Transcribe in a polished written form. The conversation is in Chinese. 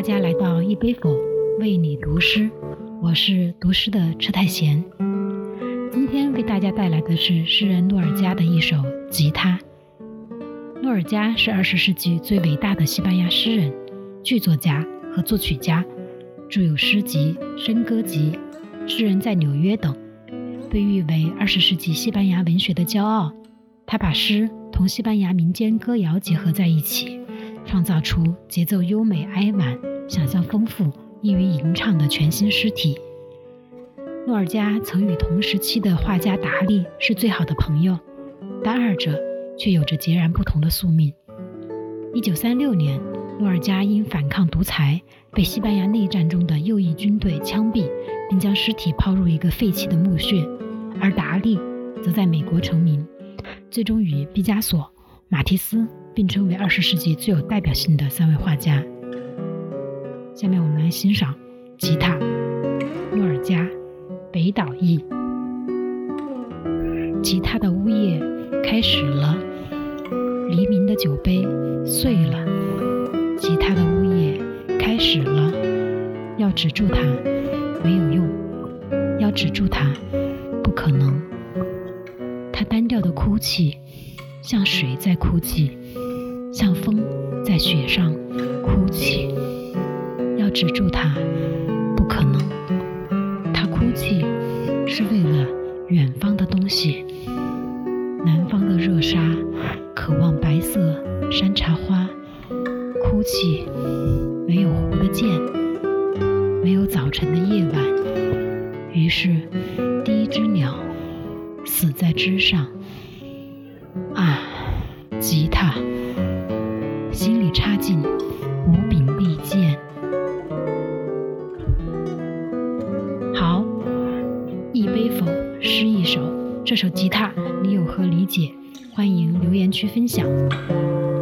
家来到一杯否为你读诗，我是读诗的车太贤。今天为大家带来的是诗人诺尔加的一首《吉他》。诺尔加是20世纪最伟大的西班牙诗人、剧作家和作曲家，著有诗集、笙歌集、诗人在纽约等，被誉为20世纪西班牙文学的骄傲。他把诗同西班牙民间歌谣结合在一起，创造出节奏优美哀婉、想象丰富、易于吟唱的全新诗体。诺尔加曾与同时期的画家达利是最好的朋友，但二者却有着截然不同的宿命。1936年，诺尔加因反抗独裁被西班牙内战中的右翼军队枪毙，并将尸体抛入一个废弃的墓穴，而达利则在美国成名，最终与毕加索、马蒂斯并称为20世纪最有代表性的3位画家。下面我们来欣赏《吉他》，诺尔加，北岛译。吉他的呜咽开始了，黎明的酒杯碎了，吉他的呜咽开始了，要止住它没有用，要止住它不可能。它单调的哭泣，像水在哭泣，像风在雪上哭泣，要止住它不可能。它哭泣是为了远方的东西，南方的热沙渴望白色山茶花，哭泣没有湖的涧，没有早晨的夜晚，于是第一只鸟死在枝上。啊，吉他，心里插进无柄利剑。好，一杯否诗一首，这首吉他你有何理解？欢迎留言区分享。